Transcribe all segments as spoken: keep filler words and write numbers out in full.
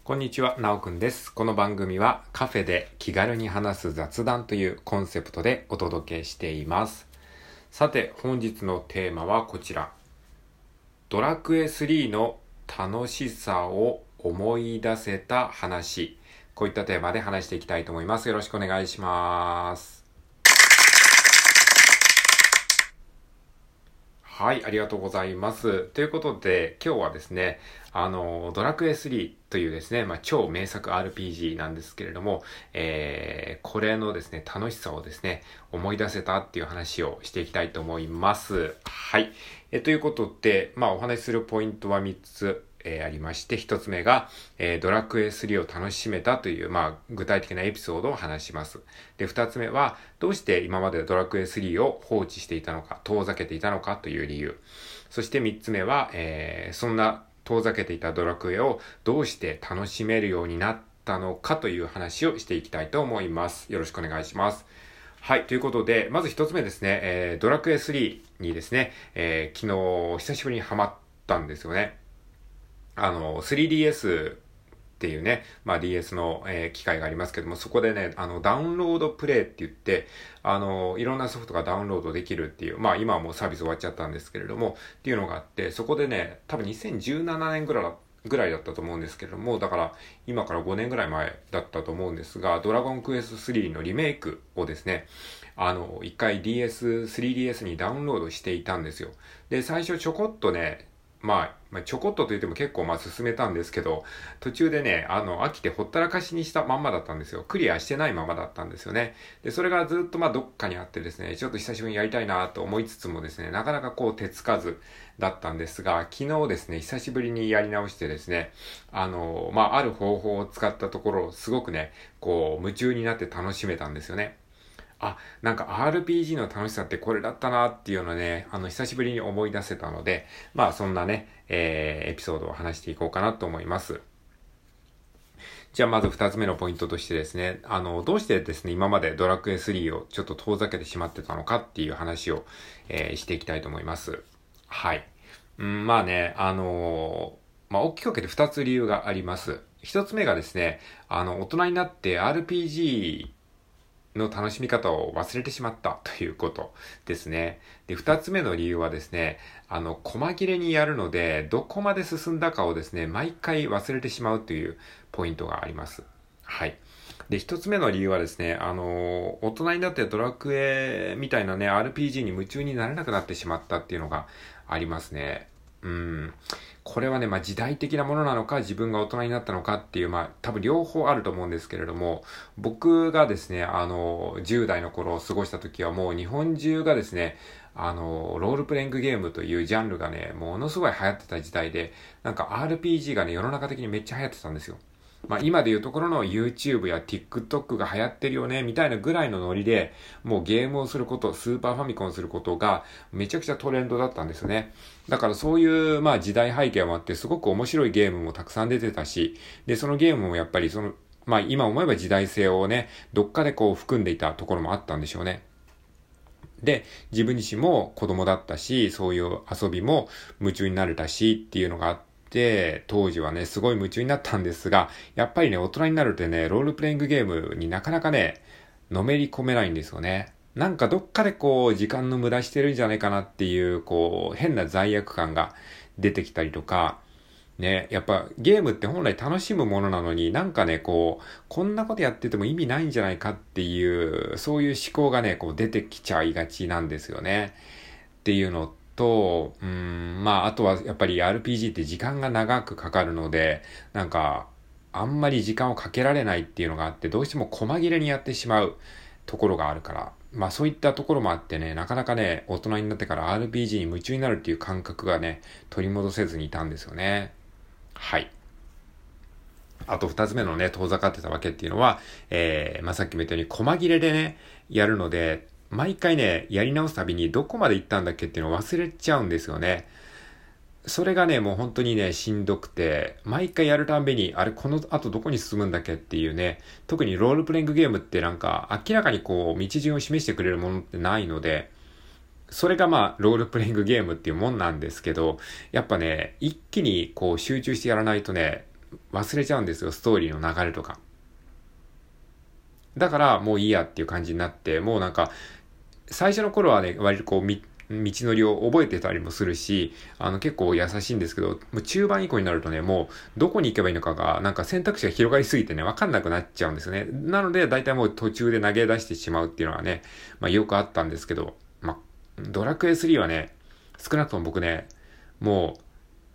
こんにちは、なおくんです。この番組はカフェで気軽に話す雑談というコンセプトでお届けしています。さて、本日のテーマはこちら。ドラクエスリーの楽しさを思い出せた話。こういったテーマで話していきたいと思います。よろしくお願いします。はい、ありがとうございます。ということで、今日はですね、あの、ドラクエスリーというですね、まあ、超名作 アールピージー なんですけれども、えー、これのですね、楽しさをですね、思い出せたっていう話をしていきたいと思います。はい。えということで、まあ、お話しするポイントはみっつ。えー、ありまして、一つ目が、えー、ドラクエスリーを楽しめたという、まあ、具体的なエピソードを話します。で、二つ目は、どうして今までドラクエスリーを放置していたのか、遠ざけていたのかという理由。そして三つ目は、えー、そんな遠ざけていたドラクエをどうして楽しめるようになったのかという話をしていきたいと思います。よろしくお願いします。はい。ということで、まず一つ目ですね、えー、ドラクエスリーにですね、えー、昨日久しぶりにハマったんですよね。あの、スリーディーエス っていうね、まあ ディーエス の、えー機械がありますけども、そこでね、あの、ダウンロードプレイって言って、あの、いろんなソフトがダウンロードできるっていう、まあ今はもうサービス終わっちゃったんですけれども、っていうのがあって、そこでね、多分にせんじゅうななねんぐらいぐらいだったと思うんですけれども、だから今からごねんぐらい前だったと思うんですが、ドラゴンクエストスリーのリメイクをですね、あの、一回 ディーエス、スリーディーエス にダウンロードしていたんですよ。で、最初ちょこっとね、まあ、まあ、ちょこっとと言っても結構まあ進めたんですけど、途中でね、あの、飽きてほったらかしにしたまんまだったんですよ。クリアしてないままだったんですよね。で、それがずっとまあどっかにあってですね、ちょっと久しぶりにやりたいなと思いつつもですね、なかなかこう手つかずだったんですが、昨日ですね、久しぶりにやり直してですね、あの、まあある方法を使ったところ、すごくね、こう夢中になって楽しめたんですよね。あ、なんか アールピージー の楽しさってこれだったなっていうのね、あの、久しぶりに思い出せたので、まあそんなね、えー、エピソードを話していこうかなと思います。じゃあまず二つ目のポイントとしてですね、あの、どうしてですね、今までドラクエスリーをちょっと遠ざけてしまってたのかっていう話を、えー、していきたいと思います。はい。うん、まあね、あのーまあ大きく分けて二つ理由があります。一つ目がですね、あの、大人になって アールピージー、の楽しみ方を忘れてしまったということですね。で、二つ目の理由はですね、あの、細切れにやるので、どこまで進んだかをですね、毎回忘れてしまうというポイントがあります。はい。で、一つ目の理由はですね、あの、大人になってドラクエみたいなね、アールピージー に夢中になれなくなってしまったっていうのがありますね。うん。これはね、まあ時代的なものなのか、自分が大人になったのかっていう、まあ多分両方あると思うんですけれども、僕がですね、あの、じゅう代の頃を過ごした時はもう日本中がですね、あの、ロールプレイングゲームというジャンルがね、ものすごい流行ってた時代で、なんか アールピージー がね、世の中的にめっちゃ流行ってたんですよ。まあ今でいうところの YouTube や TikTok が流行ってるよね、みたいなぐらいのノリで、もうゲームをすること、スーパーファミコンすることがめちゃくちゃトレンドだったんですよね。だからそういう、まあ時代背景もあって、すごく面白いゲームもたくさん出てたし、で、そのゲームもやっぱりその、まあ今思えば時代性をね、どっかでこう含んでいたところもあったんでしょうね。で、自分自身も子供だったし、そういう遊びも夢中になれたしっていうのがあって、当時はね、すごい夢中になったんですが、やっぱりね、大人になるとね、ロールプレイングゲームになかなかね、のめり込めないんですよね。なんかどっかでこう、時間の無駄してるんじゃないかなっていう、こう、変な罪悪感が出てきたりとか、ね、やっぱゲームって本来楽しむものなのになんかね、こう、こんなことやってても意味ないんじゃないかっていう、そういう思考がね、こう出てきちゃいがちなんですよね。っていうのと、うーん、まあ、あとはやっぱり アールピージー って時間が長くかかるので、なんか、あんまり時間をかけられないっていうのがあって、どうしても細切れにやってしまうところがあるから、まあそういったところもあってね、なかなかね、大人になってから アールピージー に夢中になるっていう感覚がね、取り戻せずにいたんですよね。はい。あと二つ目のね、遠ざかってたわけっていうのは、えー、まあ、さっきも言ったように、細切れでね、やるので、毎回ね、やり直すたびにどこまで行ったんだっけっていうのを忘れちゃうんですよね。それがね、もう本当にね、しんどくて、毎回やるたんびに、あれ、この後どこに進むんだっけっていうね、特にロールプレイングゲームってなんか、明らかにこう、道順を示してくれるものってないので、それがまあ、ロールプレイングゲームっていうもんなんですけど、やっぱね、一気にこう集中してやらないとね、 忘れちゃうんですよ、ストーリーの流れとか。だからもういいやっていう感じになって、もうなんか、最初の頃はね、割とこう、み道のりを覚えてたりもするし、あの結構優しいんですけど、もう中盤以降になるとね、もうどこに行けばいいのかが、なんか選択肢が広がりすぎてね、わかんなくなっちゃうんですよね。なので、大体もう途中で投げ出してしまうっていうのはね、まあよくあったんですけど、まあ、ドラクエスリーはね、少なくとも僕ね、もう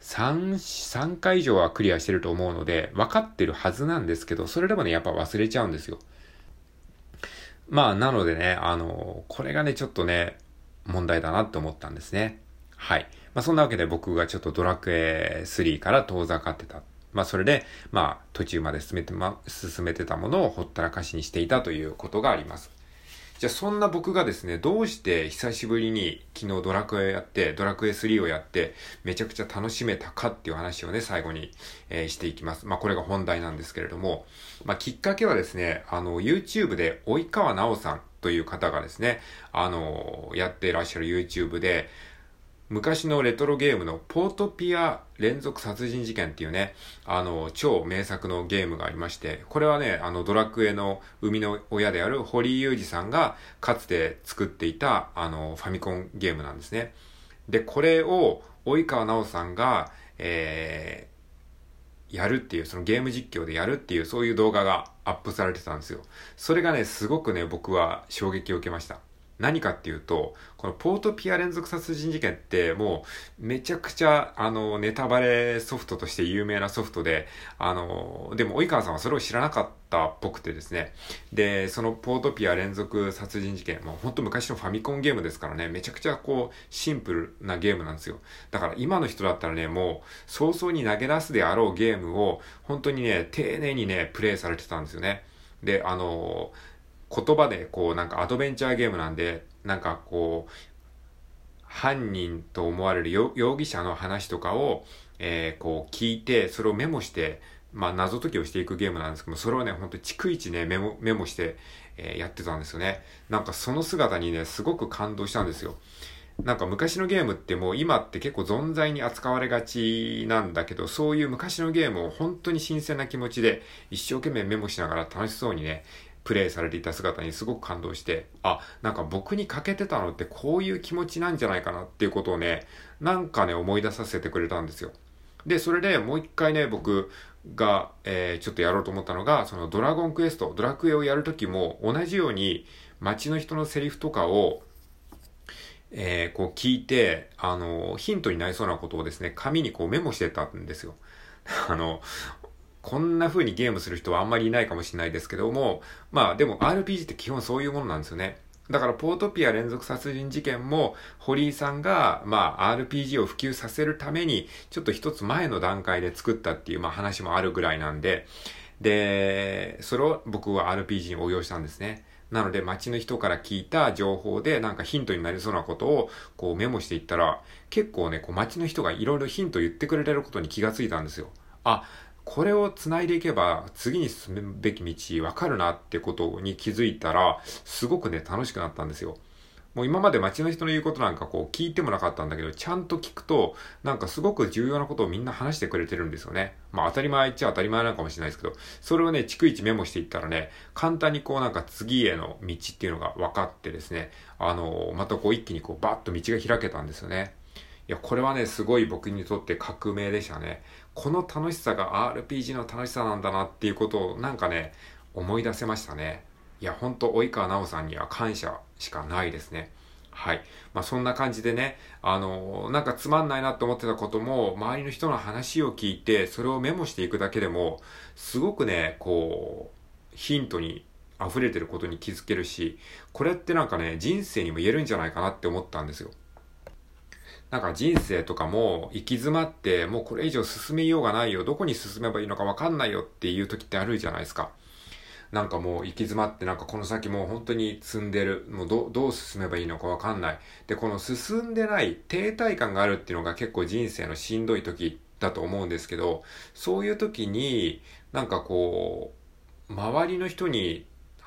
3、さんかい以上はクリアしてると思うので、分かってるはずなんですけど、それでもね、やっぱ忘れちゃうんですよ。まあ、なのでね、あの、これがね、ちょっとね、問題だなって思ったんですね。はい。まあ、そんなわけで僕がちょっとドラクエスリーから遠ざかってた。まあ、それで、まあ、途中まで進めてま、進めてたものをほったらかしにしていたということがあります。じゃあそんな僕がですね、どうして久しぶりに昨日ドラクエやって、ドラクエスリーをやって、めちゃくちゃ楽しめたかっていう話をね、最後に、えーしていきます。まあこれが本題なんですけれども、まあきっかけはですね、あの YouTube で及川直さんという方がですね、あのやっていらっしゃる YouTube で、昔のレトロゲームのポートピア連続殺人事件っていうね、あの、超名作のゲームがありまして、これはね、あの、ドラクエの生みの親である堀井雄二さんがかつて作っていた、あの、ファミコンゲームなんですね。で、これを、及川直さんが、えー、やるっていう、そのゲーム実況でやるっていう、そういう動画がアップされてたんですよ。それがね、すごくね、僕は衝撃を受けました。何かっていうと、このポートピア連続殺人事件ってもうめちゃくちゃあのネタバレソフトとして有名なソフトで、あの、でも及川さんはそれを知らなかったっぽくてですね。で、そのポートピア連続殺人事件、もうほんと昔のファミコンゲームですからね、めちゃくちゃこうシンプルなゲームなんですよ。だから今の人だったらね、もう早々に投げ出すであろうゲームを本当にね、丁寧にね、プレイされてたんですよね。で、あの、言葉でこうなんかアドベンチャーゲームなんで、なんかこう、犯人と思われる容疑者の話とかを、えー、こう聞いて、それをメモして、まあ謎解きをしていくゲームなんですけども、それをね、ほんと逐一ね、メモ、メモして、えー、やってたんですよね。なんかその姿にね、すごく感動したんですよ。なんか昔のゲームってもう今って結構存在に扱われがちなんだけど、そういう昔のゲームを本当に新鮮な気持ちで一生懸命メモしながら楽しそうにね、プレイされていた姿にすごく感動して、あ、なんか僕に欠けてたのってこういう気持ちなんじゃないかなっていうことをね、なんかね、思い出させてくれたんですよ。で、それでもう一回ね、僕が、えー、ちょっとやろうと思ったのが、そのドラゴンクエスト、ドラクエをやるときも同じように街の人のセリフとかをえー、こう聞いて、あの、ヒントになりそうなことをですね、紙にこうメモしてたんですよ。あの、こんな風にゲームする人はあんまりいないかもしれないですけども、まあでも アールピージー って基本そういうものなんですよね。だからポートピア連続殺人事件も堀井さんがまあ アールピージー を普及させるためにちょっと一つ前の段階で作ったっていうまあ話もあるぐらいなんで、で、それを僕は アールピージー に応用したんですね。なので街の人から聞いた情報でなんかヒントになりそうなことをこうメモしていったら結構ねこう街の人がいろいろヒント言ってくれてることに気がついたんですよ。あ、これを繋いでいけば次に進むべき道わかるなってことに気づいたらすごくね楽しくなったんですよ。もう今まで街の人の言うことなんかこう聞いてもなかったんだけど、ちゃんと聞くと、なんかすごく重要なことをみんな話してくれてるんですよね。まあ当たり前っちゃ当たり前なのかもしれないですけど、それをね、逐一メモしていったらね、簡単にこうなんか次への道っていうのが分かってですね、あのー、またこう一気にこうバッと道が開けたんですよね。いや、これはね、すごい僕にとって革命でしたね。この楽しさが アールピージー の楽しさなんだなっていうことをなんかね、思い出せましたね。いや、ほんと、及川直さんには感謝しかないですね。はい。まあ、そんな感じでね、あの、なんかつまんないなって思ってたことも、周りの人の話を聞いて、それをメモしていくだけでも、すごくね、こう、ヒントに溢れてることに気づけるし、これってなんかね、人生にも言えるんじゃないかなって思ったんですよ。なんか人生とかも行き詰まって、もうこれ以上進めようがないよ、どこに進めばいいのかわかんないよっていう時ってあるじゃないですか。なんかもう行き詰まってなんかこの先もう本当に積んでる。もうど、どう進めばいいのかわかんない。で、この進んでない停滞感があるっていうのが結構人生のしんどい時だと思うんですけど、そういう時になんかこう、周りの人に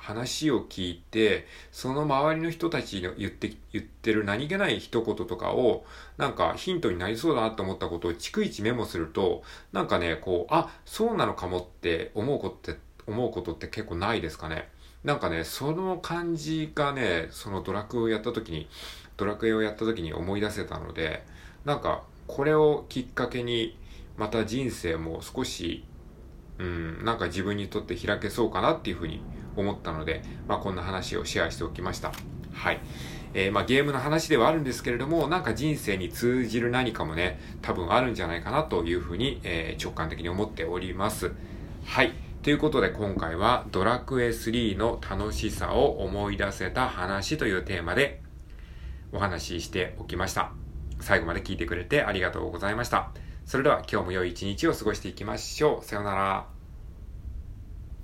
話を聞いて、その周りの人たちの言って、言ってる何気ない一言とかを、なんかヒントになりそうだなと思ったことを逐一メモすると、なんかね、こう、あ、そうなのかもって思うことって、思うことって結構ないですかね。なんかね、その感じがね、そのドラクエをやった時に、ドラクエをやった時に思い出せたので、なんか、これをきっかけに、また人生も少し、うん、なんか自分にとって開けそうかなっていうふうに思ったので、まあこんな話をシェアしておきました。はい。えー、まあゲームの話ではあるんですけれども、なんか人生に通じる何かもね、多分あるんじゃないかなというふうに、えー、直感的に思っております。はい。ということで今回はドラクエスリーの楽しさを思い出せた話というテーマでお話ししておきました。最後まで聞いてくれてありがとうございました。それでは今日も良い一日を過ごしていきましょう。さようなら。